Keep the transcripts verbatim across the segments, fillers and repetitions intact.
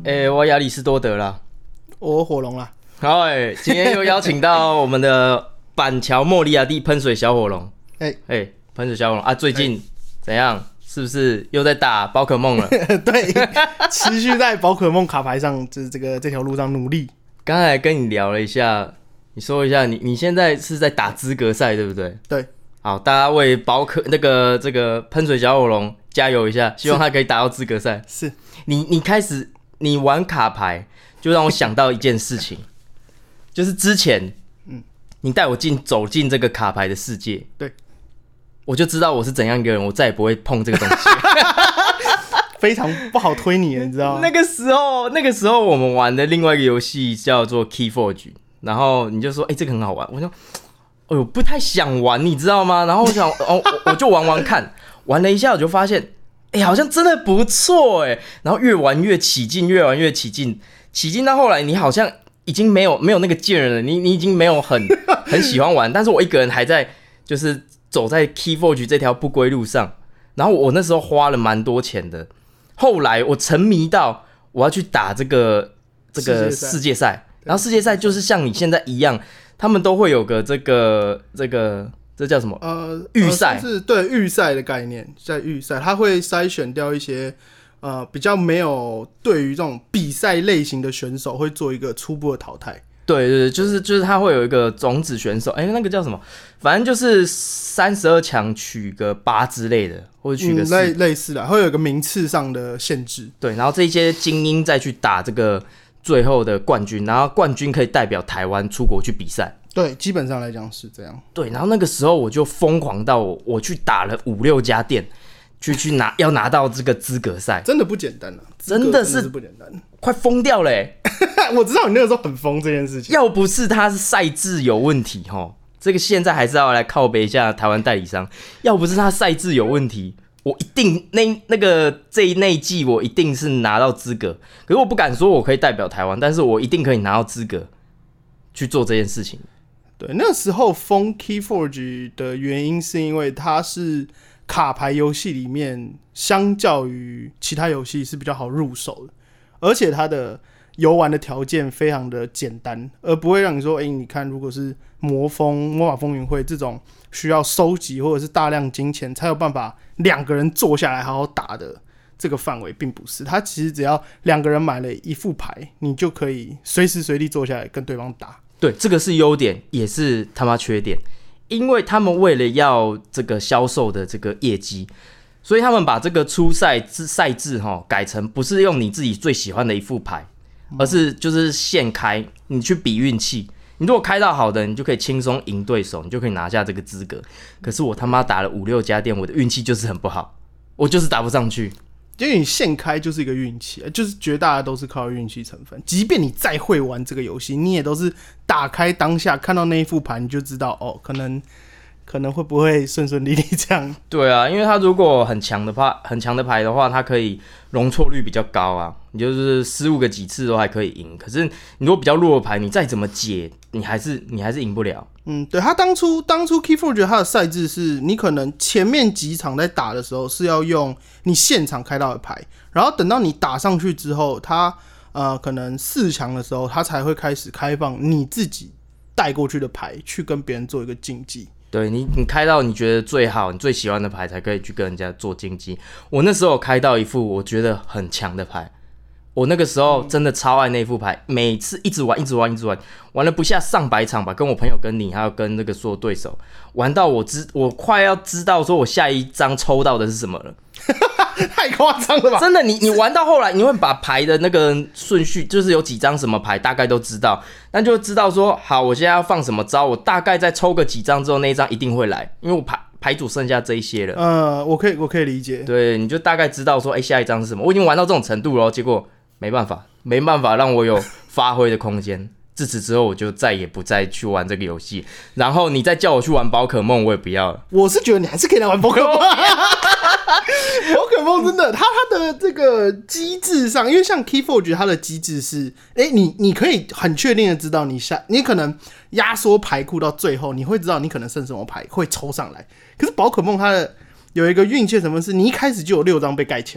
欸，我亚里士多德啦， 我火龙啦。 好哎、欸，今天又邀请到我们的板桥莫利亚蒂喷水小火龙。哎、欸、哎，喷、欸、水小火龙啊，最近怎样？是不是又在打宝可梦了？ 对，持续在宝可梦卡牌上，就是这个这条路上努力。 刚才跟你聊了一下，你说一下你你现在是在打资格赛，对不对？ 对。 好，大家为宝可那个这个喷水小火龙加油一下，希望他可以打到资格赛。 是。你你开始你玩卡牌，就让我想到一件事情，就是之前，嗯，你带我进走进这个卡牌的世界， 对， 我就知道我是怎样一个人，我再也不会碰这个东西。 非常不好推你，你知道吗？ 那个时候，那个时候我们玩的另外一个游戏叫做 Keyforge， 然后你就说，哎、欸，这个很好玩，我说，哎呦，不太想玩，你知道吗？然后我想，哦，我就玩玩看，玩了一下，我就发现。哎、欸，好像真的不错哎，然后越玩越起劲，越玩越起劲，起劲到后来，你好像已经没有没有那个劲了，你你已经没有很很喜欢玩，但是我一个人还在就是走在 Keyforge 这条不归路上，然后我那时候花了蛮多钱的，后来我沉迷到我要去打这个这个世界赛，然后世界赛就是像你现在一样，他们都会有个这个这个。这叫什么？呃，预赛、呃、 是对预赛的概念，在预赛，他会筛选掉一些呃比较没有对于这种比赛类型的选手，会做一个初步的淘汰。 对对对，就是就是他会有一个种子选手，哎、欸，那个叫什么？反正就是三十二强取个八之类的，或者取个四、 嗯、类类似的，会有一个名次上的限制。 对，然后这些精英再去打这个最后的冠军，然后冠军可以代表台湾出国去比赛。 对，基本上来讲是这样。 对，然后那个时候我就疯狂到 我, 我去打了五六家店，去去拿要拿到这个资格赛， 真的不简单啊！ 真的 是, 真的是不简单， 快疯掉了欸！ 我知道你那个时候很疯这件事情， 要不是他是赛制有问题齁，这个现在还是要来靠北一下台湾代理商。要不是他赛制有问题，我一定那那个这一那一季我一定是拿到资格。可是我不敢说我可以代表台湾，但是我一定可以拿到资格去做这件事情。 对，那时候封 Keyforge 的原因是因为它是卡牌游戏里面相较于其他游戏是比较好入手的，而且它的游玩的条件非常的简单，而不会让你说，哎、欸，你看，如果是魔风、魔法风云会这种需要收集或者是大量金钱才有办法两个人坐下来好好打的这个范围，并不是。它其实只要两个人买了一副牌，你就可以随时随地坐下来跟对方打。 对，这个是优点，也是他妈缺点，因为他们为了要这个销售的这个业绩，所以他们把这个初赛赛制齁改成不是用你自己最喜欢的一副牌，而是就是现开，你去比运气。你如果开到好的，你就可以轻松赢对手，你就可以拿下这个资格。可是我他妈打了五六家店，我的运气就是很不好，我就是打不上去。 因为你现开就是一个运气，就是绝大都是靠运气成分。即便你再会玩这个游戏，你也都是打开当下看到那一副牌，你就知道哦，可能可能会不会顺顺利利这样。 对啊，因为他如果很强的牌，很强的牌的话，他可以容错率比较高啊，你就是失误个几次都还可以赢。可是你如果比较弱的牌，你再怎么解，你还是你还是赢不了。 嗯，对，他当初当初 Keyforge 他的赛制是，你可能前面几场在打的时候是要用你现场开到的牌，然后等到你打上去之后，他呃可能四强的时候，他才会开始开放你自己带过去的牌去跟别人做一个竞技。 对你，你开到你觉得最好、你最喜欢的牌，才可以去跟人家做竞技。我那时候开到一副我觉得很强的牌。我那个时候真的超爱那副牌，每次一直玩一直玩一直玩，玩了不下上百场吧，跟我朋友跟你还有跟那个所有对手玩到我知我快要知道说我下一张抽到的是什么了。 太夸张了吧！ 真的，你你玩到后来，你会把牌的那个顺序，就是有几张什么牌，大概都知道，那就知道说，好，我现在要放什么招，我大概再抽个几张之后，那一张一定会来，因为我牌牌组剩下这一些了。 呃，我可以我可以理解。 对，你就大概知道说，哎、欸，下一张是什么。我已经玩到这种程度了，结果没办法，没办法让我有发挥的空间。自此之后，我就再也不再去玩这个游戏。然后你再叫我去玩宝可梦，我也不要了。 我是觉得你还是可以来玩宝可梦。宝可梦真的，它它的这个机制上，因为像 Keyforge 它的机制是，哎、欸，你你可以很确定的知道你下，你可能压缩牌库到最后，你会知道你可能剩什么牌会抽上来。可是宝可梦它的有一个运气成分是，你一开始就有六张被盖起来。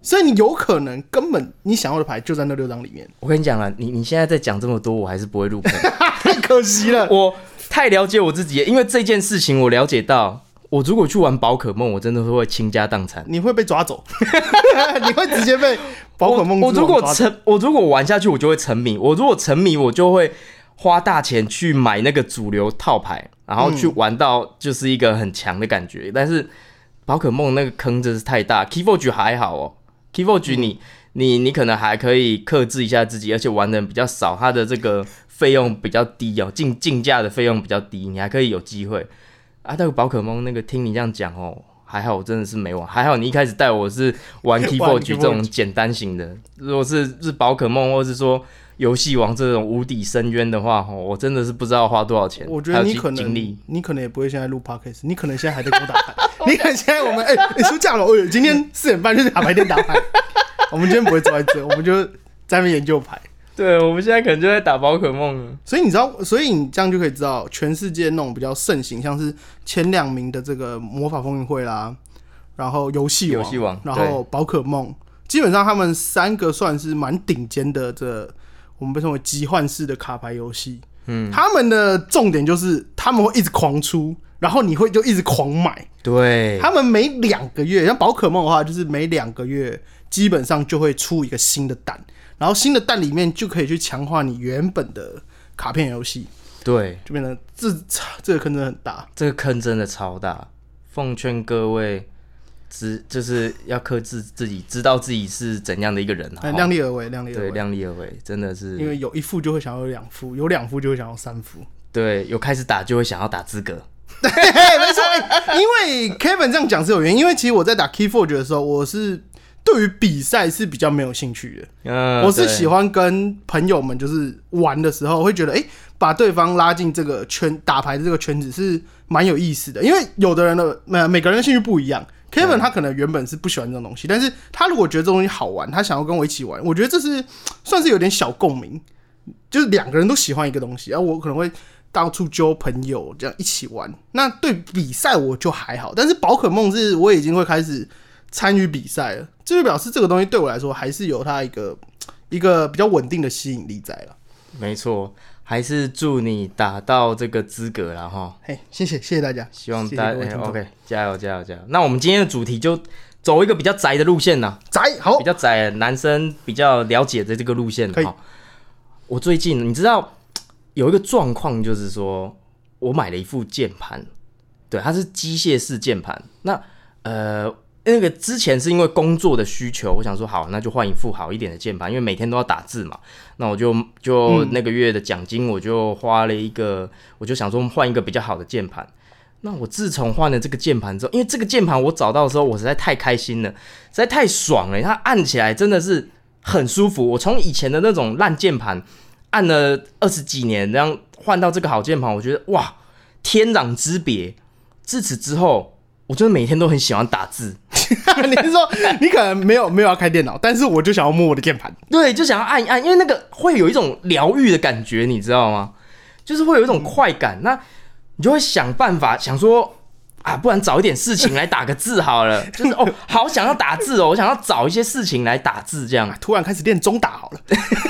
所以你有可能根本你想要的牌就在那六张里面。 我跟你讲了，你你现在在讲这么多，我还是不会入坑， 太可惜了。 我太了解我自己了，因为这件事情我了解到，我如果去玩宝可梦，我真的会倾家荡产， 你会被抓走，你会直接被宝可梦我。我如果抓沉，我如果玩下去，我就会沉迷。我如果沉迷，我就会花大钱去买那个主流套牌，然后去玩到就是一个很强的感觉。嗯、但是宝可梦那个坑真是太大 ，Keyforge 还好哦 ，Keyforge 你、嗯、你你可能还可以克制一下自己，而且玩的人比较少，它的这个费用比较低哦，竞竞价的费用比较低，你还可以有机会。啊，那个宝可梦那个听你这样讲哦，还好我真的是没玩，还好你一开始带我是玩 Keyforge 这种简单型的，如果是是宝可梦或是说游戏王这种无底深渊的话，我真的是不知道花多少钱。 我觉得你可能你可能也不会现在录 podcast， 你可能现在还在跟我打牌，你可能现在我们哎哎休假了，哦，今天四点半就去打牌店打牌，我们今天不会坐在这，我们就在那边研究牌。 对，我们现在可能就在打宝可梦了。 所以你知道，所以你这样就可以知道，全世界那种比较盛行，像是前两名的这个魔法风云会啦，然后游戏王， 游戏王， 然后宝可梦，基本上他们三个算是蛮顶尖的这我们被称为集幻式的卡牌游戏。嗯，他们的重点就是他们会一直狂出，然后你会就一直狂买。 对， 他们每两个月，像宝可梦的话，就是每两个月基本上就会出一个新的蛋。然后新的蛋里面就可以去强化你原本的卡片游戏， 对， 就变成这这个坑真的很大， 这个坑真的超大。奉劝各位，知就是要克制自己，知道自己是怎样的一个人， 哎，量力而为，量力而为， 对，量力而为，真的是， 因为有一副就会想要有两副，有两副就会想要三副， 对，有开始打就会想要打资格。 对，没错，因为 Kevin 这样讲是有原因，因为其实我在打 Keyforge 的时候，我是。对于比赛是比较没有兴趣的，嗯、我是喜欢跟朋友们就是玩的时候，会觉得哎、欸，把对方拉进这个圈打牌的这个圈子是蛮有意思的。因为有的人的每个人的兴趣不一样 ，Kevin 他可能原本是不喜欢这种东西，但是他如果觉得这东西好玩，他想要跟我一起玩，我觉得这是算是有点小共鸣，就是两个人都喜欢一个东西，然后我可能会到处揪朋友这样一起玩。那对比赛我就还好，但是宝可梦是我已经会开始参与比赛了。这就表示这个东西对我来说还是有它一个一个比较稳定的吸引力在了。 没错，还是祝你打到这个资格啦齁。 嘿，谢谢谢谢大家， 希望大家谢谢、欸、OK 加油加油加油。那我们今天的主题就走一个比较宅的路线啦， 宅好， 比较宅，男生比较了解的这个路线。可以。我最近你知道有一个状况，就是说我买了一副键盘，对，它是机械式键盘。那呃。那个之前是因为工作的需求，我想说好，那就换一副好一点的键盘，因为每天都要打字嘛。那我就就那个月的奖金，我就花了一个，我就想说换一个比较好的键盘。那我自从换了这个键盘之后，因为这个键盘我找到的时候，我实在太开心了，实在太爽了，它按起来真的是很舒服。我从以前的那种烂键盘按了二十几年，这样换到这个好键盘，我觉得哇，天壤之别。自此之后。我真的每天都很喜欢打字。 你是说你可能没有没有要开电脑，但是我就想要摸我的键盘， 对，就想要按一按，因为那个会有一种疗愈的感觉，你知道吗？就是会有一种快感，那你就会想办法想说啊，不然找一点事情来打个字好了。就是哦，好想要打字哦，我想要找一些事情来打字，这样突然开始练中打好了。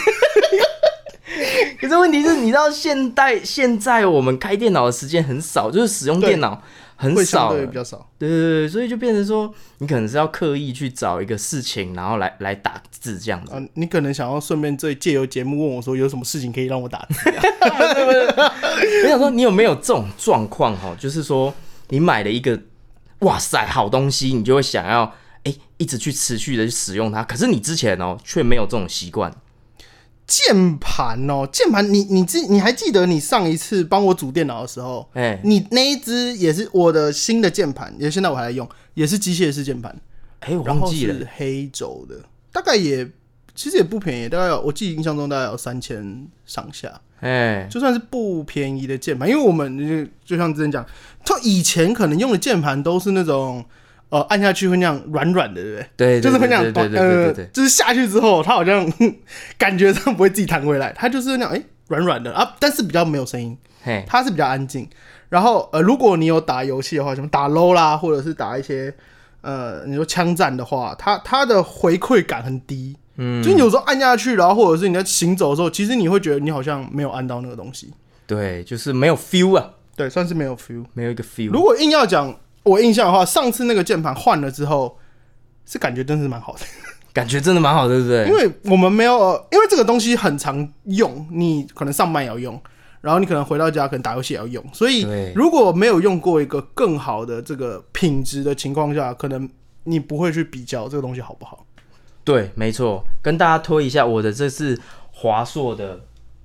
可是问题是，你知道现代现在我们开电脑的时间很少，就是使用电脑。很少， 对，比较少， 对对对，所以就变成说，你可能是要刻意去找一个事情，然后来来打字这样子。 啊、你可能想要顺便这借由节目问我说，有什么事情可以让我打字、啊？ 对不对？我想说，你有没有这种状况哈？就是说，你买了一个哇塞好东西，你就会想要哎、欸、一直去持续的去使用它，可是你之前哦却没有这种习惯。 键盘哦，键盘，你你记你还记得你上一次帮我组电脑的时候，哎、欸，你那一支也是我的新的键盘，也现在我还在用，也是机械式键盘， 哎、欸，我忘记了， 然后是黑轴的，大概也其实也不便宜，大概有我记得印象中大概有三千上下，哎、欸，就算是不便宜的键盘，因为我们就就像之前讲，他以前可能用的键盘都是那种。呃，按下去会那样软软的，对不对？ 对， 就是会那样， 对对对对对， 就是下去之后，它好像感觉上不会自己弹回来，它就是那样，哎、欸，软软的啊，但是比较没有声音，它是比较安静。然后呃，如果你有打游戏的话，什么打 L O L 啦，或者是打一些呃，你说枪战的话，它它的回馈感很低， 嗯， 就是你有时候按下去，然后或者是你在行走的时候，其实你会觉得你好像没有按到那个东西， 对，就是没有 feel 啊， 对，算是没有 feel， 没有一个 feel。 如果硬要讲我印象的话，上次那个键盘换了之后，是感觉真是蛮好的， 感觉真的蛮好的，对不对？ 因为我们没有，因为这个东西很常用，你可能上班也要用。然后你可能回到家，可能打游戏也要用，所以如果没有用过一个更好的这个品质的情况下，可能你不会去比较这个东西好不好。 对，没错，跟大家推一下我的，这是华硕的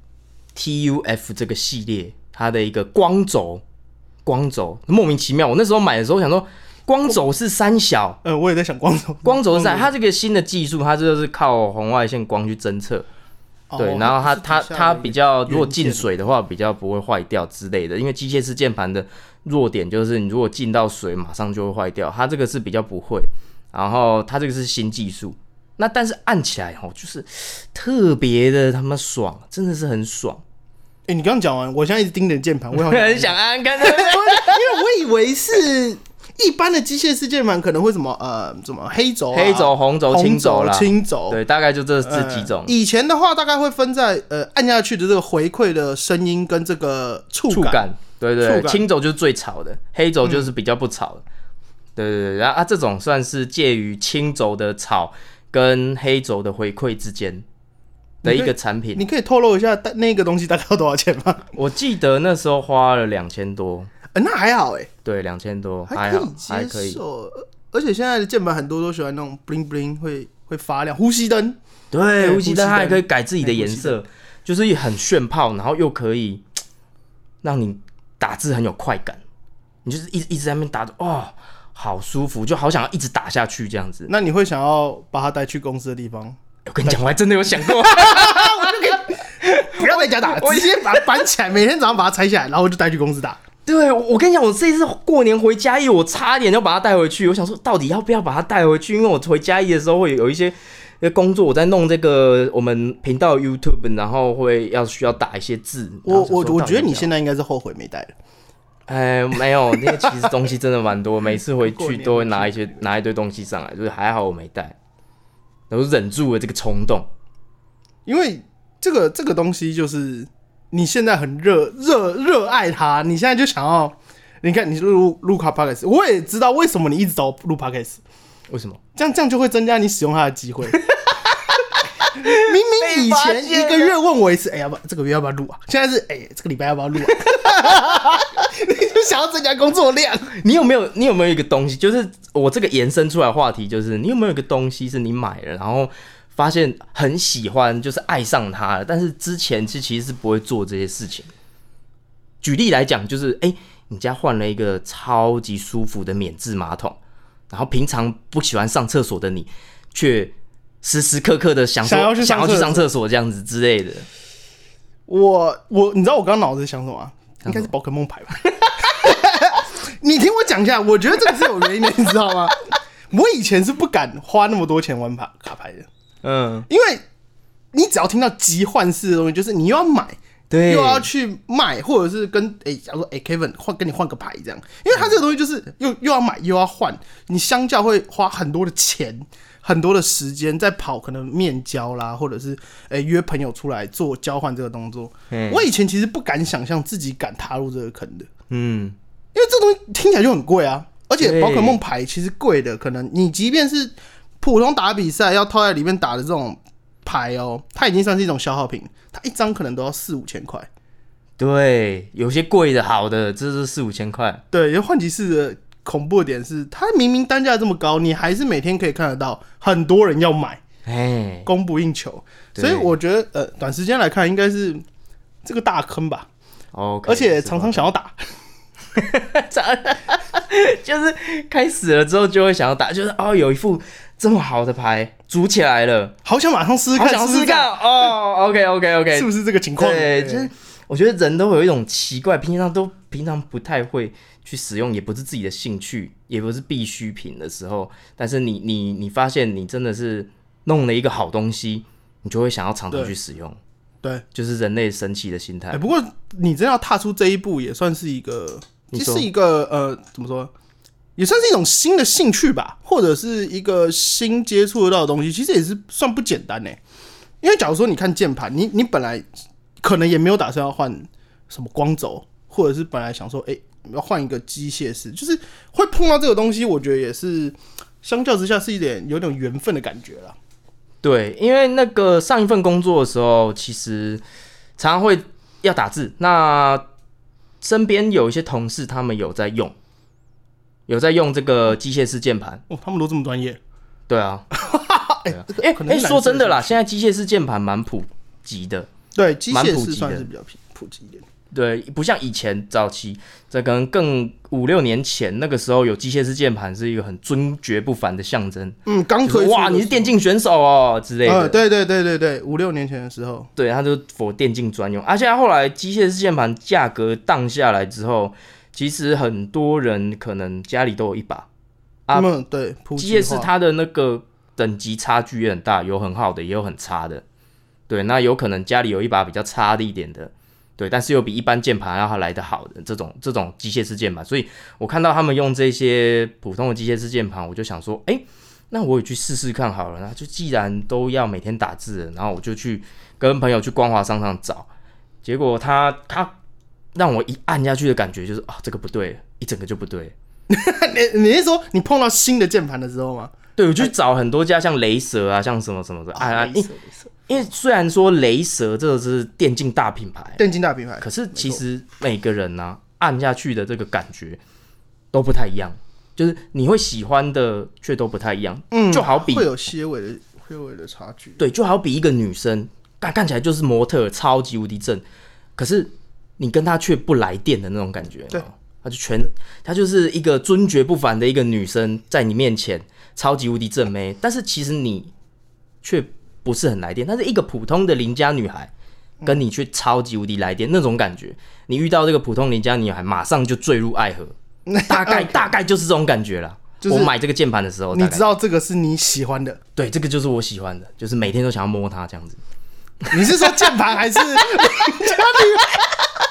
T U F 这个系列，它的一个光轴，光轴莫名其妙。我那时候买的时候想说，光轴是三小， 呃，我也在想光轴， 光轴是三，它这个新的技术，它就是靠红外线光去侦测。对，然后它它它比较，如果进水的话，比较不会坏掉之类的。因为机械式键盘的弱点就是，你如果进到水，马上就会坏掉。它这个是比较不会，然后它这个是新技术。那但是按起来哦，就是特别的他妈爽，真的是很爽。 哎、欸，你刚刚讲完，我现在一直盯着键盘，我好很想按按看，因为我以为是。一般的机械式键盘可能会什么呃什么黑轴、啊、 黑轴、红轴、青轴啦， 青轴对，大概就这这几种、呃。 以前的话，大概会分在呃按下去的这个回馈的声音跟这个触感。触感对对对，青轴就是最吵的，黑轴就是比较不吵的。嗯、对对对，然后啊，这种算是介于青轴的吵跟黑轴的回馈之间的一个产品。 你可以透露一下那个东西大概要多少钱吗？ 我记得那时候花了两千多。 呃、那还好哎、欸， 对，两千多还可以接受，而且现在的键盘很多都喜欢那种 bling bling 会会发亮，呼吸灯， 对，呼吸灯它还可以改自己的颜色，就是很炫炮，然后又可以让你打字很有快感，你就是一直一直在那边打，哦，好舒服，就好想要一直打下去这样子。 那你会想要把它带去公司的地方？ 我跟你讲，我还真的有想过，我就可以不要在家打，直接把它搬起来，每天早上把它拆下来，然后就带去公司打。 对，我跟你讲，我这一次过年回嘉义，我差点就把它带回去。我想说，到底要不要把它带回去？因为我回嘉义的时候会有一些工作，我在弄这个我们频道 YouTube， 然后会要需要打一些字。 我我我觉得你现在应该是后悔没带了。 哎，没有，那其实东西真的蛮多，每次回去都会拿一些拿一堆东西上来，就是还好我没带，然后忍住了这个冲动， 因为这个这个东西就是。你现在很热热热爱它，你现在就想要，你看你录录卡 podcast， 我也知道为什么你一直找录 podcast， 为什么？ 这样这样就会增加你使用它的机会。明明以前一个月问我一次，哎、欸，要不这个月要不要录啊？现在是哎、欸，这个礼拜要不要录啊？你就想要增加工作量。 你有没有你有没有一个东西，就是我这个延伸出来的话题，就是你有没有一个东西是你买了，然后发现很喜欢，就是爱上它了，但是之前是其实是不会做这些事情。举例来讲，就是哎、欸，你家换了一个超级舒服的免治马桶，然后平常不喜欢上厕所的你，却时时刻刻的想说想要去想要去上厕所这样子之类的。 我我你知道我刚刚脑子想什么吗？应该是宝可梦牌吧？你听我讲一下，我觉得这个是有原因的，你知道吗？我以前是不敢花那么多钱玩卡卡牌的。嗯，因为你只要听到集换式的东西，就是你又要买，对，又要去卖，或者是跟哎、欸，假如说哎、欸、Kevin 换跟你换个牌这样，因为他这个东西就是又又要买又要换，你相较会花很多的钱、很多的时间在跑可能面交啦，或者是哎、欸、约朋友出来做交换这个动作。我以前其实不敢想象自己敢踏入这个坑的，嗯，因为这东西听起来就很贵啊，而且宝可梦牌其实贵的，可能你即便是普通打比赛要套在里面打的这种牌哦，它已经算是一种消耗品，它一张可能都要四五千块。 对，有些贵的好的，这是四五千块。 对，因为幻骑士的恐怖的点是，它明明单价这么高，你还是每天可以看得到很多人要买，哎，供不应求。所以我觉得，呃，短时间来看，应该是这个大坑吧。 OK， 而且常常想要打。 就是开始了之后就会想要打，就是哦，有一副这么好的牌组起来了， 好想马上试试看， 好想试试看哦。OK OK OK， 是不是这个情况？ 对，就是我觉得人都会有一种奇怪，平常都平常不太会去使用，也不是自己的兴趣，也不是必需品的时候，但是你你你发现你真的是弄了一个好东西，你就会想要常常去使用。 对， 就是人类神奇的心态。 欸、不过你真要踏出这一步，也算是一个，这是一个呃，怎么说？ 也算是一种新的兴趣吧，或者是一个新接触得到的东西，其实也是算不简单呢。因为假如说你看键盘，你你本来可能也没有打算要换什么光轴，或者是本来想说，哎、欸，要换一个机械式，就是会碰到这个东西，我觉得也是相较之下是一点有点缘分的感觉啦。 对，因为那个上一份工作的时候，其实常常会要打字，那身边有一些同事他们有在用。有在用这个机械式键盘哦，他们都这么专业。 对啊，哎哎、欸欸，说真的啦，现在机械式键盘蛮普及的， 对，机械式算是比较普及一点。 对，不像以前早期，这可能更五六年前那个时候有机械式键盘是一个很尊爵不凡的象征。 嗯，刚推出、 就是、哇，你是电竞选手哦之类的。 呃，对对对对对，五六年前的时候， 对，它就 for 电竞专用。而且后来机械式键盘价格荡下来之后。其实很多人可能家里都有一把啊，嗯、对， 机械式它的那个等级差距也很大，有很好的，也有很差的。对，那有可能家里有一把比较差的一点的，对，但是又比一般键盘要来得好的这种这种机械式键盘，所以我看到他们用这些普通的机械式键盘，我就想说，哎、欸，那我也去试试看好了。那就既然都要每天打字了，然后我就去跟朋友去光华商场找，结果他他。让我一按下去的感觉就是啊，这个不对，一整个就不对。 你你是说你碰到新的键盘的时候吗？ 对，我去找很多家，像雷蛇啊，像什么什么的。啊，啊因, 因为虽然说雷蛇这个是电竞大品牌， 电竞大品牌， 可是其实每个人呢、啊、按下去的这个感觉都不太一样，就是你会喜欢的却都不太一样。嗯，就好比会有些微的、些微的差距。 对，就好比一个女生，看看起来就是模特，超级无敌正，可是。你跟她却不来电的那种感觉，对，她就全，她就是一个尊爵不凡的一个女生，在你面前超级无敌正妹，但是其实你却不是很来电，她是一个普通的邻家女孩，跟你却超级无敌来电那种感觉，你遇到这个普通邻家女孩，马上就坠入爱河，大概大概就是这种感觉啦。就是、我买这个键盘的时候， 你知道这个是你喜欢的， 对，这个就是我喜欢的，就是每天都想要摸它这样子。 你是说键盘还是邻家女孩？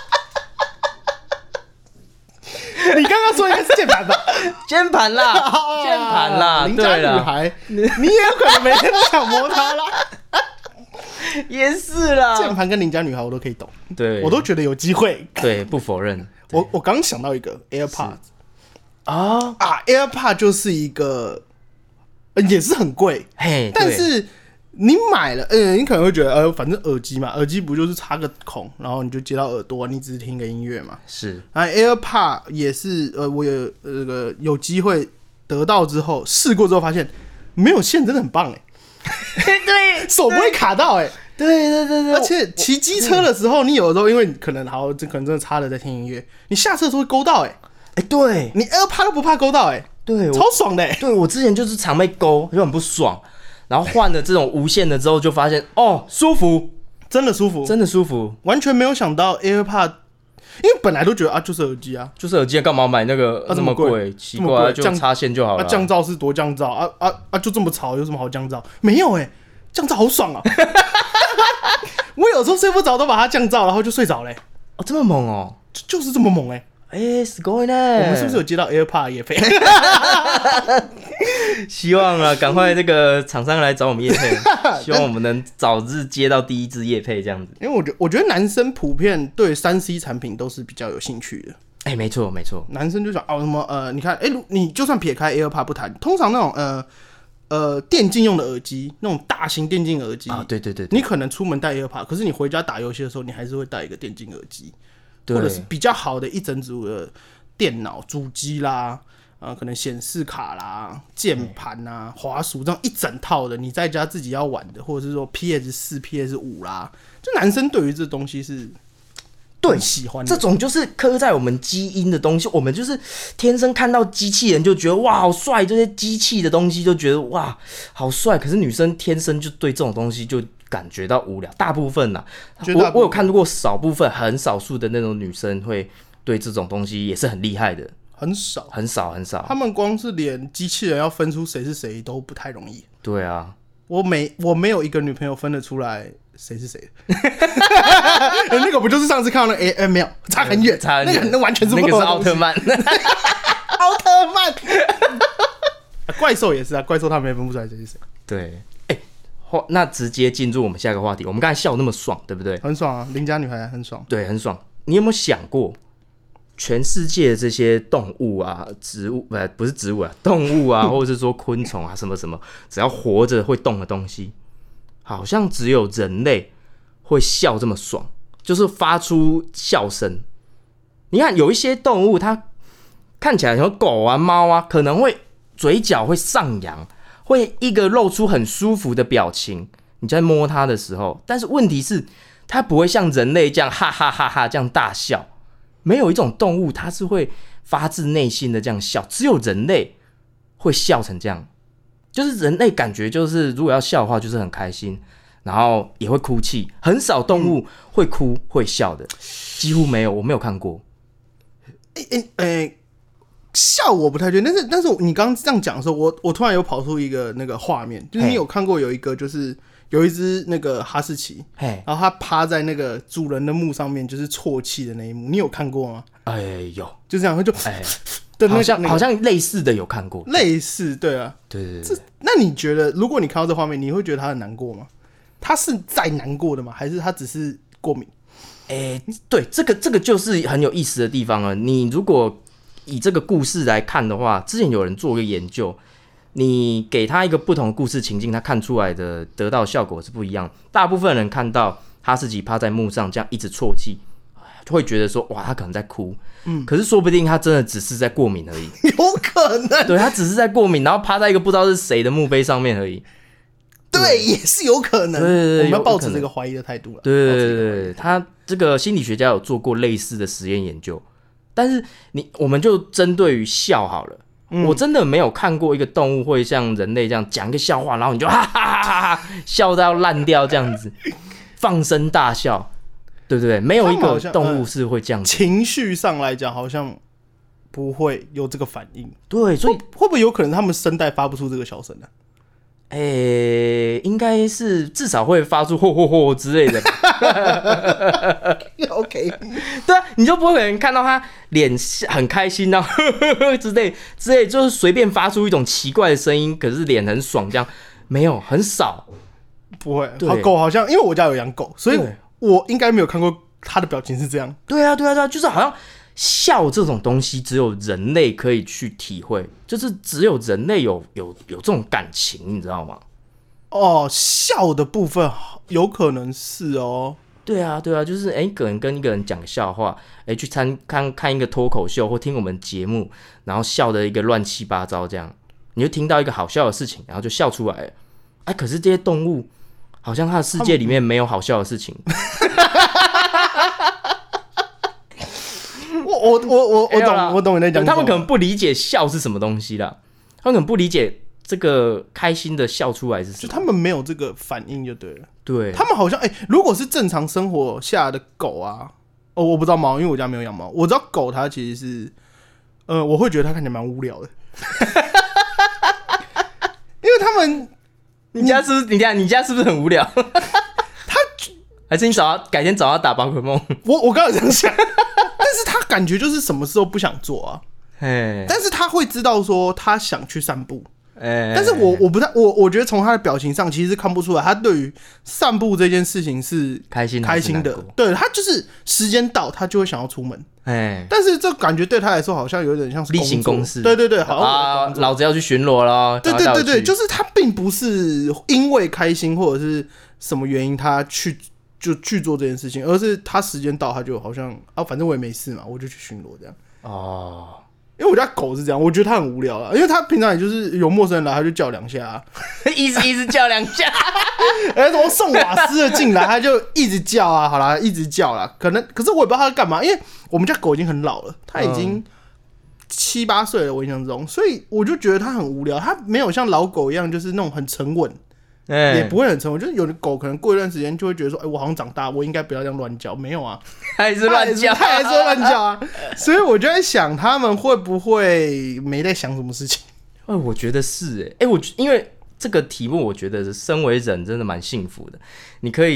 你刚刚说应该是键盘吧？ 键盘啦，键盘啦， 邻家女孩，你也有可能每天都想摸她啦。 也是啦， 键盘跟邻家女孩我都可以懂， 对， 我都觉得有机会。 对，不否认。 我我刚想到一个 AirPods 啊啊 ，AirPods 就是一个，也是很贵， 嘿， 但是。你买了，嗯，你可能会觉得，呃，反正耳机嘛，耳机不就是插个孔，然后你就接到耳朵，你只是听个音乐嘛。 是， 啊 ，AirPod 也是，呃，我有这、呃、个有机会得到之后试过之后，发现没有线真的很棒哎， 对， 手不会卡到哎， 对对对对， 而且骑机车的时候，你有的时候因为你可能好，这可能真的插了在听音乐，你下车的时候会勾到哎， 哎，对你 AirPod 都不怕勾到哎， 对， 超爽的哎， 对我之前就是常被勾，就很不爽。然后换了这种无线的之后，就发现哦，舒服， 真的舒服， 真的舒服， 完全没有想到 AirPod， 因为本来都觉得啊，就是耳机啊， 就是耳机，干嘛买那个那、啊、么贵？奇怪，就插线就好了。 啊，降噪是多降噪啊啊啊！就这么吵，有什么好降噪？没有哎、欸，降噪好爽啊！我有时候睡不着都把它降噪，然后就睡着嘞、欸。 哦，这么猛哦， 就就是这么猛哎、欸。 哎、欸，すごい呢！ 我们是不是有接到 AirPod 业配？ 希望啊，赶快那个厂商来找我们业配，希望我们能早日接到第一支业配这样子。 因为我觉得，我觉得男生普遍对三 C 产品都是比较有兴趣的。 哎、欸，没错没错， 男生就想哦什么呃，你看，哎、欸，你就算撇开 AirPod 不谈，通常那种呃呃电竞用的耳机，那种大型电竞耳机啊，对对 对, 对， 你可能出门带 AirPod， 可是你回家打游戏的时候，你还是会带一个电竞耳机。或者是比较好的一整组的电脑主机啦，呃，可能显示卡啦、键盘啊、滑鼠这样一整套的，你在家自己要玩的，或者是说 P S 四、P S 五啦，就男生对于这东西是对喜欢的， 这种就是刻在我们基因的东西，我们就是天生看到机器人就觉得哇好帅，这些机器的东西就觉得哇好帅，可是女生天生就对这种东西就感觉到无聊，大部分呐、啊，我我有看过少部分很少数的那种女生会对这种东西也是很厉害的， 很少很少很少， 他们光是连机器人要分出谁是谁都不太容易。 对啊， 我没我没有一个女朋友分得出来谁是谁？那个不就是上次看到那个？哎、欸欸、没有，差很远， 差很远， 那个那完全是不同的那个是奥特曼， 奥特曼。怪兽也是啊，怪兽他们也分不出来谁是谁。 对，哎、欸，那直接进入我们下一个话题。我们刚才笑那么爽，对不对？ 很爽啊，邻家女孩很爽。 对，很爽。你有没有想过，全世界的这些动物啊、植物，不不是植物啊，动物啊，或者是说昆虫啊，什么什么，只要活着会动的东西，好像只有人类会笑这么爽，就是发出笑声。你看，有一些动物，它看起来像狗啊、猫啊，可能会嘴角会上扬，会一个露出很舒服的表情。你在摸它的时候，但是问题是，它不会像人类这样哈哈哈哈这样大笑。没有一种动物它是会发自内心的这样笑，只有人类会笑成这样。就是人类感觉就是如果要笑的话，就是很开心，然后也会哭泣。很少动物会哭会笑的，几乎没有，我没有看过。 哎哎哎，笑我不太确定，但是但是你刚刚这样讲的时候，我我突然有跑出一个那个画面，就是你有看过有一个就是有一只那个哈士奇，然后它趴在那个主人的墓上面，就是啜泣的那一幕，你有看过吗？ 哎，有， 就这样，就哎， 的那好像、 那個、 好像类似的有看过， 类似，对啊， 对对对。 那你觉得，如果你看到这画面，你会觉得他很难过吗？他是在难过的吗？还是他只是过敏？ 哎、欸，对，这个这个就是很有意思的地方了。你如果以这个故事来看的话，之前有人做一个研究，你给他一个不同的故事情境，他看出来的得到的效果是不一样。大部分人看到哈士奇趴在墓上这样一直啜泣，会觉得说哇，他可能在哭，嗯，可是说不定他真的只是在过敏而已， 有可能， 对，他只是在过敏，然后趴在一个不知道是谁的墓碑上面而已。 对，也是有可能。 对对对， 我们要抱持这个怀疑的态度了。 对对对对，他这个心理学家有做过类似的实验研究，但是你我们就针对于笑好了、嗯，我真的没有看过一个动物会像人类这样讲一个笑话，然后你就哈哈哈哈哈笑到烂掉这样子，放声大笑，对不对？没有一个动物是会这样子。 呃、情绪上来讲，好像不会有这个反应。 对，所以会, 会不会有可能他们声带发不出这个笑声呢、啊？ 诶、欸，应该是至少会发出吼吼吼之类的。 OK， 对啊，你就不会有人看到他脸很开心啊，呵呵呵之类之类，就是随便发出一种奇怪的声音，可是脸很爽，这样没有很少， 不会。好，狗好像因为我家有养狗，所以我应该没有看过它的表情是这样。 对啊，对啊，对啊，就是好像。笑这种东西只有人类可以去体会，就是只有人类有有有这种感情，你知道吗？ 哦，笑的部分有可能是哦。 对啊，对啊，就是哎，一个人跟一个人讲笑话，哎，去参看看一个脱口秀或听我们节目，然后笑的一个乱七八糟，这样你就听到一个好笑的事情，然后就笑出来了。哎，可是这些动物好像它的世界里面没有好笑的事情。 我我我我我懂我懂你在讲什么， 他们可能不理解笑是什么东西啦，他们可能不理解这个开心的笑出来是什么， 就他们没有这个反应就对了。 对， 他们好像哎、欸，如果是正常生活下的狗啊，哦，我不知道猫，因为我家没有养猫，我知道狗它其实是，呃，我会觉得它看起来蛮无聊的，因为他们， 你家是不是你家你家是不是很无聊？他还是你找他改天找他打宝可梦？ 我我刚才这样想。但是他感觉就是什么事都不想做啊，但是他会知道说他想去散步，但是我我不太我我觉得从他的表情上其实是看不出来他对于散步这件事情是开心开心的，对，他就是时间到他就会想要出门，但是这感觉对他来说好像有点像是例行公事， 对对对，好啊，老子要去巡逻了， 对对对对，就是他并不是因为开心或者是什么原因他去。就去做这件事情，而是他时间到，他就好像啊，反正我也没事嘛，我就去巡逻这样。哦，因为我家狗是这样，我觉得它很无聊啊，因为它平常也就是有陌生人来，它就叫两下、啊， 一直一直叫两下。 哎，什么送瓦斯的进来，它就一直叫啊，好啦，一直叫啦。可能，可是我也不知道它在干嘛，因为我们家狗已经很老了，它已经七八岁了，我印象中，所以我就觉得它很无聊，它没有像老狗一样，就是那种很沉稳。欸、也不会很沉稳，就是有的狗可能过一段时间就会觉得说，哎、欸，我好像长大，我应该不要这样乱叫。没有啊， 还是乱叫， 它还是乱叫啊。所以我就在想，他们会不会没在想什么事情？ 哎、欸，我觉得是哎、欸，哎、欸，我因为这个题目，我觉得身为人真的蛮幸福的，你可以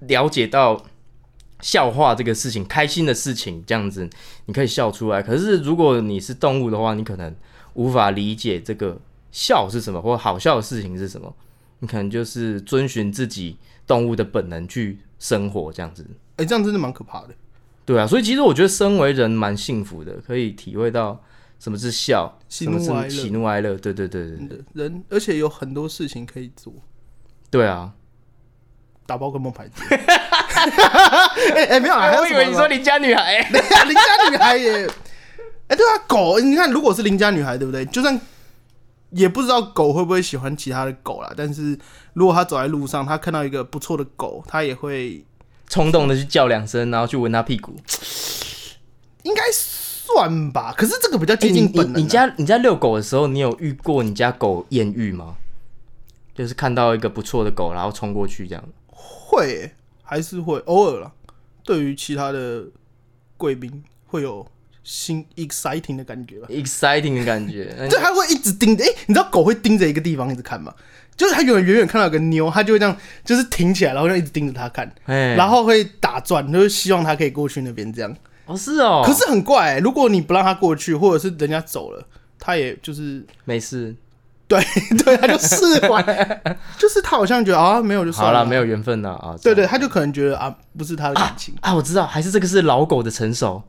了解到笑话这个事情，开心的事情这样子，你可以笑出来。可是如果你是动物的话，你可能无法理解这个笑是什么，或好笑的事情是什么。你可能就是遵循自己动物的本能去生活这样子。 哎、欸，这样真的蛮可怕的。 对啊，所以其实我觉得身为人蛮幸福的，可以体会到什么是笑， 喜怒哀乐， 什么是喜怒哀乐。对对对对对， 人而且有很多事情可以做。 对啊。 打宝可梦牌子，哎哎、欸欸、没有啊， 我以为你说邻家女孩、欸， 邻家女孩也，哎、欸、对啊，狗，你看如果是邻家女孩，对不对？就算也不知道狗会不会喜欢其他的狗啦，但是如果他走在路上，他看到一个不错的狗，他也会冲动的去叫两声，然后去闻他屁股， 应该算吧。可是这个比较接近本能、啊欸、你, 你, 你家你家遛狗的时候，你有遇过你家狗艳遇吗？就是看到一个不错的狗，然后冲过去这样。 会、欸，还是会偶尔啦。对于其他的贵宾，会有新 exciting 的感觉吧 ，exciting 的感觉。 对，他会一直盯着。哎、欸，你知道狗会盯着一个地方一直看吗？就是他远远远看到有个妞，他就会这样，就是停起来，然后就一直盯着他看，然后会打转，就是希望他可以过去那边这样。 哦，是哦。 可是很怪、欸，如果你不让他过去，或者是人家走了，他也就是没事。 对对，他就释怀，就是他好像觉得啊，没有就算了， 好了，没有缘分了啊。 对对，他就可能觉得啊，不是他的感情啊, 啊，我知道，还是这个是老狗的成熟，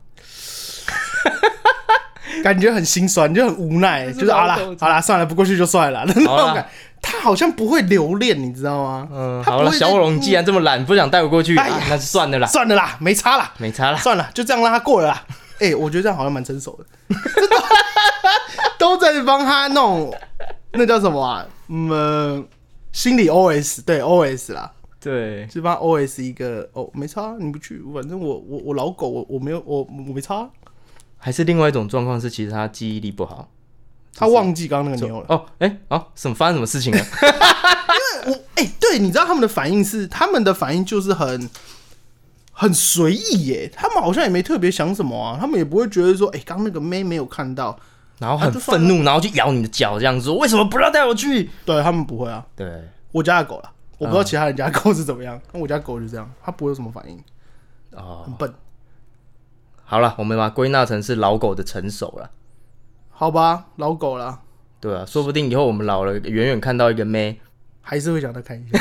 感觉很心酸，就很无奈，就是好啦好啦，算了，不过去就算了那种感。他好像不会留恋，你知道吗？ 嗯，好了，小火龙既然这么懒，不想带我过去，哎呀，啊、那就算了啦， 算了啦，没差啦， 没差啦， 算了，就这样让他过了啦。哎、欸，我觉得这样好像蛮成熟的，都在帮他弄。那叫什么啊？嗯，心理 O S 对 O S 啦， 对， 是帮 O S 一个哦，没差，你不去，反正我我我老狗，我我没有我我没差。 还是另外一种状况是，其实他记忆力不好， 他忘记刚刚那个妞了。 哦，哎、欸，哦，什么发生什么事情了？ 因为我哎、欸，对，你知道他们的反应是，他们的反应就是很很随意耶，他们好像也没特别想什么啊，他们也不会觉得说，哎、欸，刚那个妹没有看到。 然后很愤怒，然后就咬你的脚，这样子说为什么不要带我去？ 对他们不会啊。 对， 我家的狗啦，我不知道其他人家的狗是怎么样，但、嗯、我家狗就这样，它不会有什么反应，哦，很笨。 好了，我们把它归纳成是老狗的成熟了。 好吧，老狗啦。对啊，说不定以后我们老了，远远看到一个妹， 还是会想再看一下。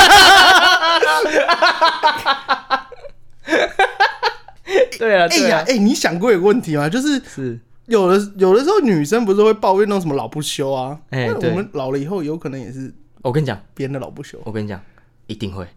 对啊，对啊， 哎、欸、你想过有个问题吗？就是是。 有的有的时候女生不是会抱怨那种什么老不休啊？哎、欸，我们老了以后有可能也是。 我跟你讲， 别人的老不休。 我跟你讲，一定会，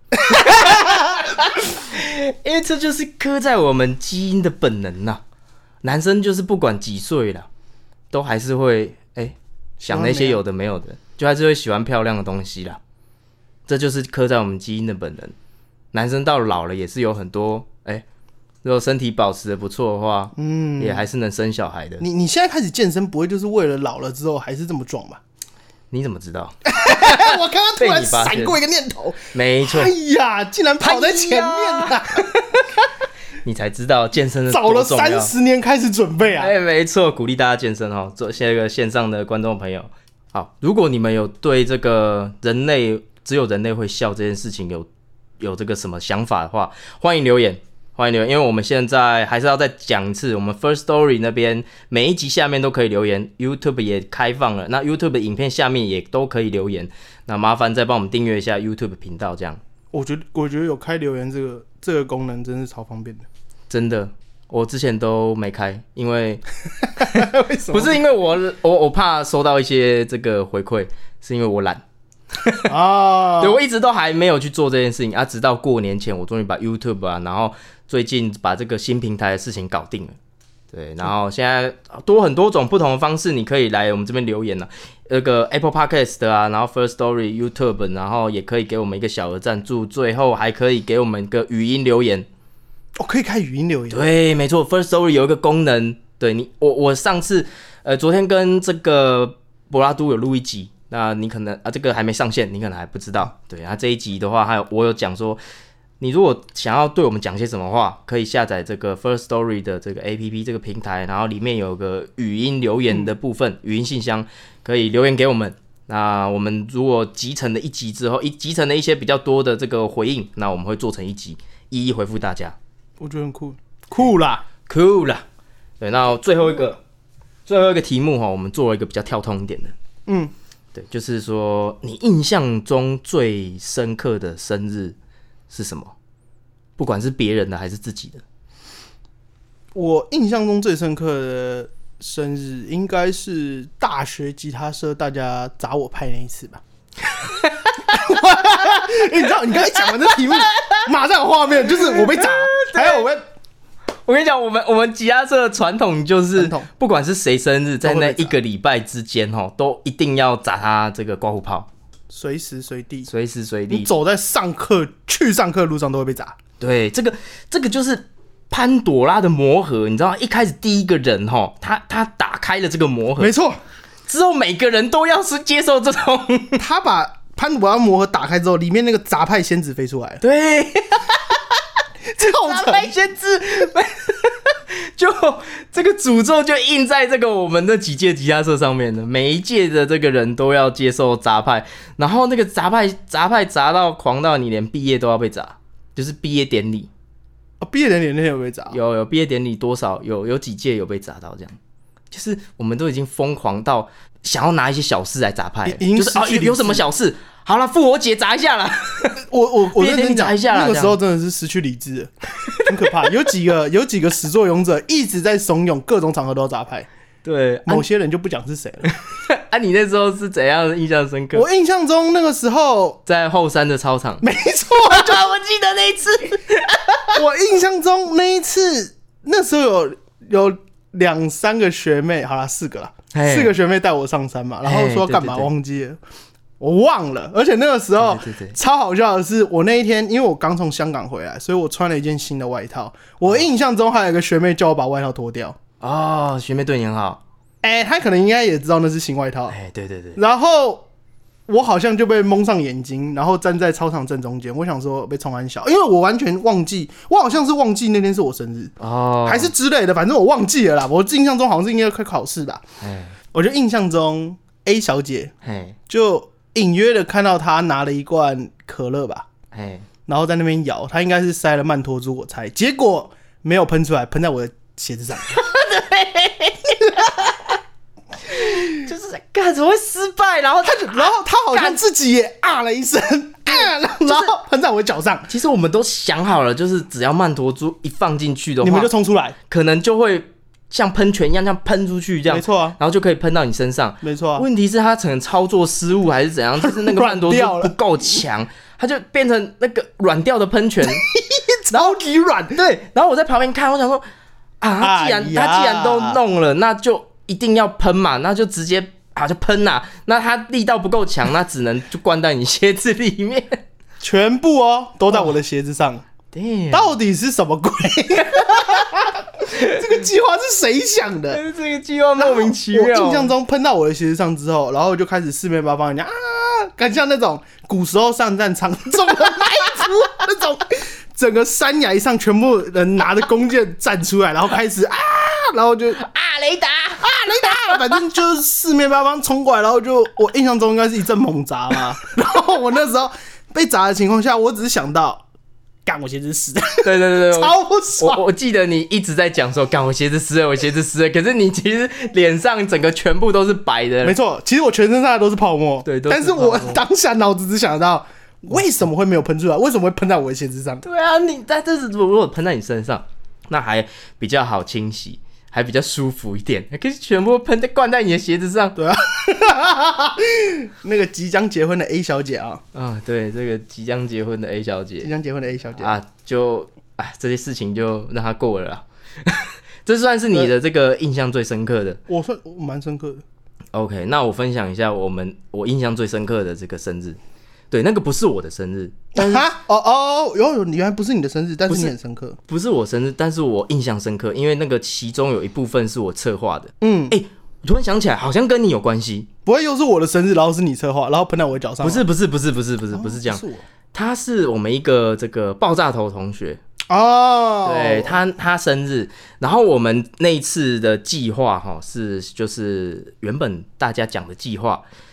因为这就是刻在我们基因的本能呐、啊。男生就是不管几岁了，都还是会哎、欸、想那些有的没有的，就还是会喜欢漂亮的东西啦。这就是刻在我们基因的本能。男生到老了也是有很多哎。欸如果身体保持的不错的话，嗯，也还是能生小孩的。 你你现在开始健身，不会就是为了老了之后还是这么壮吧？ 你怎么知道？ 我刚刚突然闪过一个念头， 没错。 哎呀，竟然跑在前面了！ 你才知道健身的早了三十年开始准备啊！ 哎、欸，没错，鼓励大家健身哦。做下一个线上的观众朋友，好，如果你们有对这个人类只有人类会笑这件事情有有这个什么想法的话，欢迎留言。欢迎留言，因为我们现在还是要再讲一次，我们 Firstory 那边每一集下面都可以留言 ，YouTube 也开放了，那 YouTube 的影片下面也都可以留言，那麻烦再帮我们订阅一下 YouTube 频道，这样。 我觉得我觉得有开留言这个这个功能真是超方便的， 真的，我之前都没开，因为为什么？ 不是因为我我我怕收到一些这个回馈，是因为我懒。啊，对，我一直都还没有去做这件事情啊，直到过年前，我终于把 YouTube 啊，然后最近把这个新平台的事情搞定了。对，然后现在多很多种不同的方式，你可以来我们这边留言啊，那个 Apple Podcast 啊，然后 Firstory、YouTube， 然后也可以给我们一个小额赞助，最后还可以给我们一个语音留言。 哦，可以开语音留言？ 对，没错 ，Firstory 有一个功能，对你，我我上次呃昨天跟这个柏拉都有录一集。那你可能啊，这个还没上线，你可能还不知道。对啊，这一集的话，还有我有讲说，你如果想要对我们讲些什么话，可以下载这个 Firstory 的这个 A P P 这个平台，然后里面有个语音留言的部分，嗯、语音信箱可以留言给我们。 那我们如果集成了一集之后，一集成了一些比较多的这个回应，那我们会做成一集，一一回复大家。 我觉得很酷，酷啦， 酷啦。对，那最后一个，最后一个题目哈，我们做了一个比较跳通一点的。 嗯， 对，就是说你印象中最深刻的生日是什么？不管是别人的还是自己的。 我印象中最深刻的生日应该是大学吉他社大家砸我派那一次吧。你知道，你刚才讲完这题目，马上有画面，就是我被砸，还有我被。 我跟你讲，我们我们吉他社的传统就是，不管是谁生日，在那一个礼拜之间都一定要砸他这个刮胡泡， 随时随地， 随时随地， 你走在上课去上课的路上都会被砸。 对，这个这个就是潘朵拉的魔盒，你知道吗？一开始第一个人哈，他他打开了这个魔盒， 没错， 之后每个人都要是接受这种， 他把潘朵拉魔盒打开之后，里面那个杂派仙子飞出来了， 对。 杂派先知，就这个诅咒就印在这个我们那几届吉他社上面了。每一届的这个人都要接受杂派，然后那个杂派杂派砸到狂到你连毕业都要被砸，就是毕业典礼。 哦，毕业典礼那天有被砸？ 有有毕业典礼多少有有几届有被砸到这样，就是我们都已经疯狂到想要拿一些小事来砸派，就是哦 有, 有什么小事。好了，复活节砸一下啦！ 我我我认真讲， 那个时候真的是失去理智了，很可怕。有几个有几个始作俑者一直在怂恿，各种场合都要砸派。 对， 某些人就不讲是谁了。 啊，你那时候是怎样的印象深刻？ 我印象中那个时候在后山的操场， 没错， 就我记得那一次。 我印象中那一次，那时候有有两三个学妹，好啦，四个啦，四个学妹带我上山嘛，然后说干嘛忘记了。我忘了，而且那个时候对对对超好笑的是，我那一天因为我刚从香港回来，所以我穿了一件新的外套。我印象中还有一个学妹叫我把外套脱掉。 哦，学妹对你很好。 哎、欸，她可能应该也知道那是新外套。 哎、欸，对对对。 然后我好像就被蒙上眼睛，然后站在操场正中间。我想说被冲安小，因为我完全忘记，我好像是忘记那天是我生日哦，还是之类的，反正我忘记了啦。我印象中好像是应该快考试吧。哎，我就印象中 A 小姐，哎，就。隐约的看到他拿了一罐可乐吧，然后在那边摇，他应该是塞了曼陀珠，我猜，结果没有喷出来，喷在我的鞋子上。 对，就是在干怎么会失败？然后他就， 然后他好像自己也啊了一声，啊，然后喷在我的脚上。 其实我们都想好了，就是只要曼陀珠一放进去的话， 你们就冲出来， 可能就会。像喷泉一样，这样喷出去，这样没错啊， 然后就可以喷到你身上， 没错啊。 问题是他可能操作失误还是怎样，就是那个曼陀珠不够强，它就变成那个软掉的喷泉， 超级软。 对，然后我在旁边看，我想说啊，他既然、哎、他既然都弄了，那就一定要喷嘛，那就直接啊就喷呐。那他力道不够强，那只能就灌在你鞋子里面， 全部哦都在我的鞋子上。 Damn. 到底是什么鬼？这个计划是谁想的？ 这个计划莫名其妙。 我印象中喷到我的鞋子上之后，然后就开始四面八方人家啊，感像那种古时候上战场中的埋伏那种，整个山崖上全部人拿着弓箭站出来，然后开始啊，然后就啊雷达啊雷达，反正就是四面八方冲过来，然后就我印象中应该是一阵猛砸嘛。然后我那时候被砸的情况下，我只是想到。干我鞋子湿了， 对对对对， 超不爽。 我我记得你一直在讲说，干我鞋子湿了，我鞋子湿了。可是你其实脸上整个全部都是白的。 没错，其实我全身上下都是泡沫。 对， 但是我当下脑子只想到，为什么会没有喷出来？为什么会喷在我的鞋子上？ 对啊，你但这是如果喷在你身上，那还比较好清洗。还比较舒服一点，可是全部喷在灌在你的鞋子上。 对啊，那个即将结婚的 A 小姐啊， 啊，对，这个即将结婚的 A 小姐， 即将结婚的 A 小姐啊，就哎这些事情就让她过了啦。这算是你的这个印象最深刻的。 我算我蛮深刻的。 OK， 那我分享一下我们我印象最深刻的这个生日。对，那个不是我的生日，但是哦哦，有原来不是你的生日，但是你很深刻。 不是我生日，但是我印象深刻，因为那个其中有一部分是我策划的。嗯，哎、欸，我突然想起来，好像跟你有关系。 不会又是我的生日，然后是你策划，然后喷在我的脚上？ 不是不是不是不是不是不是这样， 是我他是我们一个这个爆炸头同学。 哦， 对他，他生日，然后我们那一次的计划哈是就是原本大家讲的计划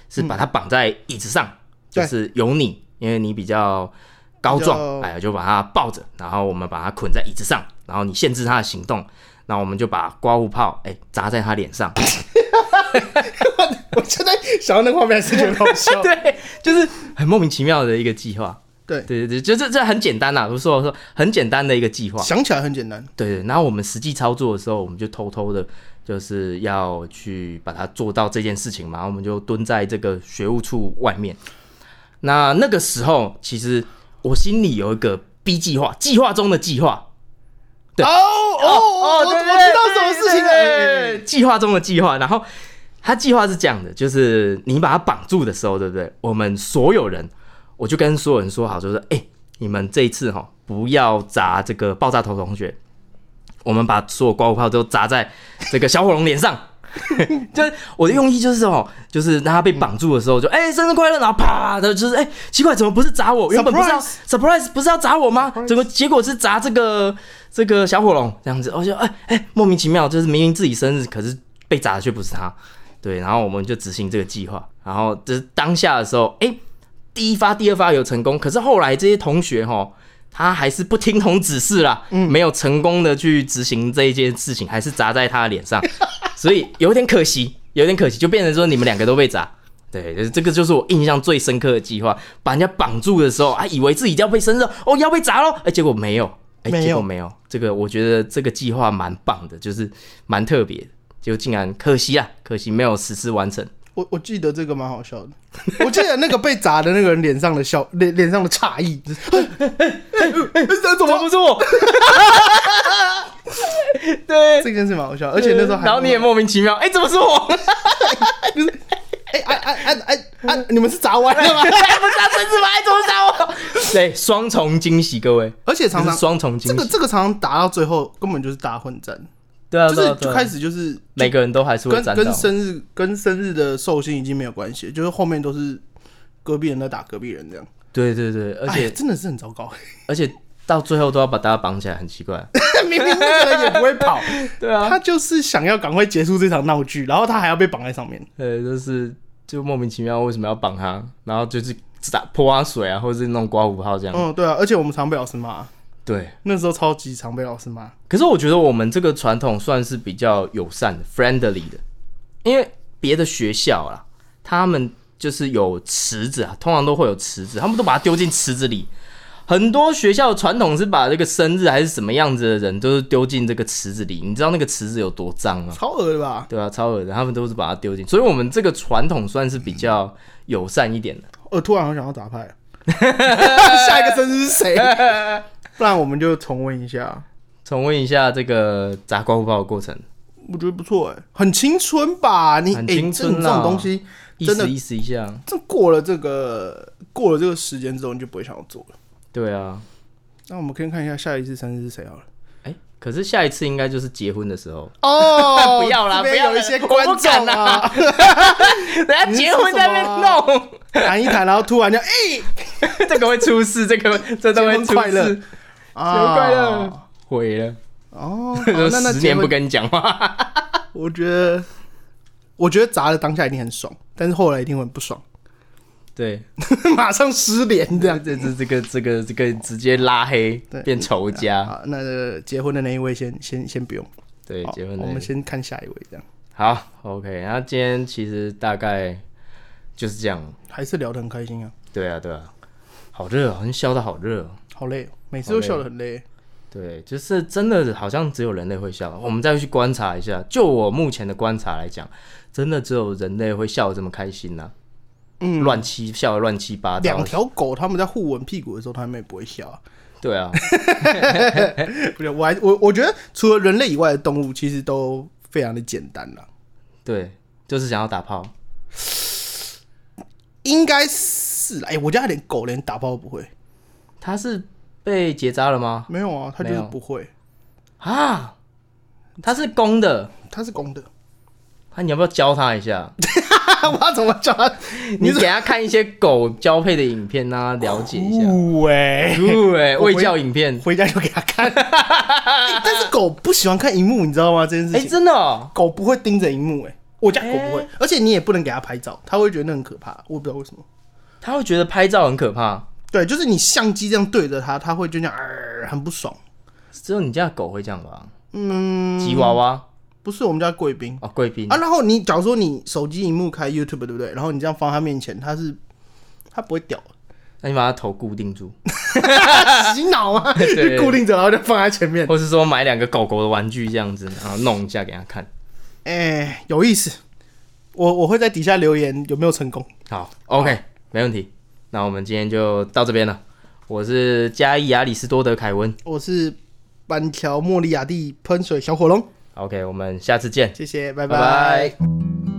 是把它绑在椅子上，嗯、就是由你，因为你比较高壮，哎，就把它抱着，然后我们把它捆在椅子上，然后你限制它的行动，然后我们就把刮胡泡哎砸在它脸上。 我现在想到那个画面还是觉得好笑。 对，就是很莫名其妙的一个计划。 对对对，就这这很简单啦，不是说说很简单的一个计划， 想起来很简单。 对对，然后我们实际操作的时候，我们就偷偷的，就是要去把它做到这件事情嘛，然后我们就蹲在这个学务处外面。那那个时候，其实我心里有一个 B 计划，计划中的计划。 对，哦哦哦，我知道什么事情了， 计划中的计划。然后他计划是这样的，就是你把它绑住的时候，对不对？我们所有人。我就跟所有人说好，就是哎、欸，你们这一次哈不要砸这个爆炸头同学，我们把所有刮胡泡都砸在这个小火龙脸上。就是我的用意就是哦，就是让他被绑住的时候就哎、欸、生日快乐，然后啪的就是哎、欸、奇怪怎么不是砸我？原本不是要 surprise 不是要砸我吗？怎么结果是砸这个这个小火龙这样子？我就哎哎、欸、莫名其妙，就是明明自己生日，可是被砸的却不是他。对，然后我们就执行这个计划，然后就是当下的时候哎。欸第一发、第二发有成功，可是后来这些同学齁，他还是不听从指示啦，嗯、没有成功的去执行这一件事情，还是砸在他的脸上，所以有点可惜，有点可惜，就变成说你们两个都被砸。对，这个就是我印象最深刻的计划，把人家绑住的时候，啊，以为自己要被生日哦，要被砸咯，哎、欸，结果没有，哎、欸，结果没有。这个我觉得这个计划蛮棒的，就是蛮特别的，结果竟然可惜啊，可惜没有实施完成。 我我记得这个蛮好笑的，我记得那个被砸的那个人脸上的笑，脸脸上的诧异，哎哎哎哎，怎么不是我？对，这件事蛮好笑，而且那时候还， 然后你也莫名其妙，哎、欸，怎么是我？ 就是哎哎哎哎哎哎，你们是砸歪了吗？ 不是他生日吗？哎，怎么砸我？对，双重惊喜，各位， 而且常常双重惊喜， 这个这个常常打到最后根本就是大混战。 对啊， 就是就开始就是每个人都还是会沾到， 跟跟生日跟生日的寿星已经没有关系，就是后面都是隔壁人在打隔壁人这样。 对对对，而且真的是很糟糕， 而且到最后都要把大家绑起来，很奇怪。 明明那个人也不会跑， 对啊， 他就是想要赶快结束这场闹剧，然后他还要被绑在上面。 对，就是就莫名其妙为什么要绑他，然后就是打泼他水啊，或者是弄刮胡泡这样。 嗯，对啊，而且我们常被老师骂。 对， 那时候超级常被老师骂。 可是我觉得我们这个传统算是比较友善的 friendly 的，因为别的学校啊，他们就是有池子啊，通常都会有池子，他们都把它丢进池子里。很多学校的传统是把这个生日还是什么样子的人，都是丢进这个池子里。你知道那个池子有多脏吗？ 超恶的吧？ 对啊，超恶的，他们都是把它丢进。所以我们这个传统算是比较友善一点的。 我突然好想要打牌，下一个生日是谁？不然我们就重温一下， 重温一下这个砸刮胡泡的过程。 我觉得不错哎、欸，很青春吧？你很青春、啊欸、这种东西真的意思意思一下， 这过了这个过了这个时间之后，你就不会想要做了。 对啊， 那我们可以看一下下一次生日是谁好了。 哎、欸，可是下一次应该就是结婚的时候哦。 不要啦，不要有一些观众啊， 等下结婚在那边弄， 谈一谈，然后突然就哎、欸， 这个会出事，这个这都会出事。 快乐， 结婚快乐，毁了哦。那那十年不跟你讲话， 我觉得，我觉得砸的当下一定很爽，但是后来一定会很不爽。 对， 马上失联这样， 这这这个这个这个直接拉黑，变仇家。 好，那个结婚的那一位先先先不用。 对，结婚的我们先看下一位这样。 好 ，OK， 然后今天其实大概就是这样， 还是聊得很开心啊。 对啊，对啊，好热，好像笑得好热， 好累，每次都笑得很累。 对，就是真的好像只有人类会笑。我们再去观察一下，就我目前的观察来讲，真的只有人类会笑得这么开心呐、啊。嗯，乱七笑得乱七八糟。 两条狗他们在互吻屁股的时候，他们也不会笑、啊。 对啊， 不是我还我我觉得除了人类以外的动物，其实都非常的简单啦。 对，就是想要打炮。 应该是哎、欸，我家连狗连打炮都不会。 它是被结扎了吗？ 没有啊，它就是不会啊。它是公的， 它是公的。 啊，你要不要教它一下？ 我要怎么教它？ 你给它看一些狗交配的影片，让它了解一下。 对， 对，喂教影片， 回家就给它看、欸。但是狗不喜欢看荧幕，你知道吗？这件事情。 哎、欸，真的、哦， 狗不会盯着荧幕、欸， 我家狗不会，欸、而且你也不能给它拍照，它会觉得那很可怕。我不知道为什么， 它会觉得拍照很可怕。 对，就是你相机这样对着它，它会就这样、呃、很不爽。 只有你家的狗会这样吧？ 嗯， 吉娃娃不是我们家贵宾哦，贵宾啊。然后你假如说你手机荧幕开 YouTube 对不对？然后你这样放它面前，它是它不会屌。 那你把它头固定住， 洗脑吗？就固定着，然后就放在前面， 或是说买两个狗狗的玩具这样子，然后弄一下给他看。 哎、欸，有意思。我我会在底下留言有没有成功。 好 ，OK， 没问题。那我们今天就到这边了。我是嘉义亚里士多德凯文， 我是板桥莫里亚蒂喷水小火龙。 OK， 我们下次见， 谢谢，拜拜拜。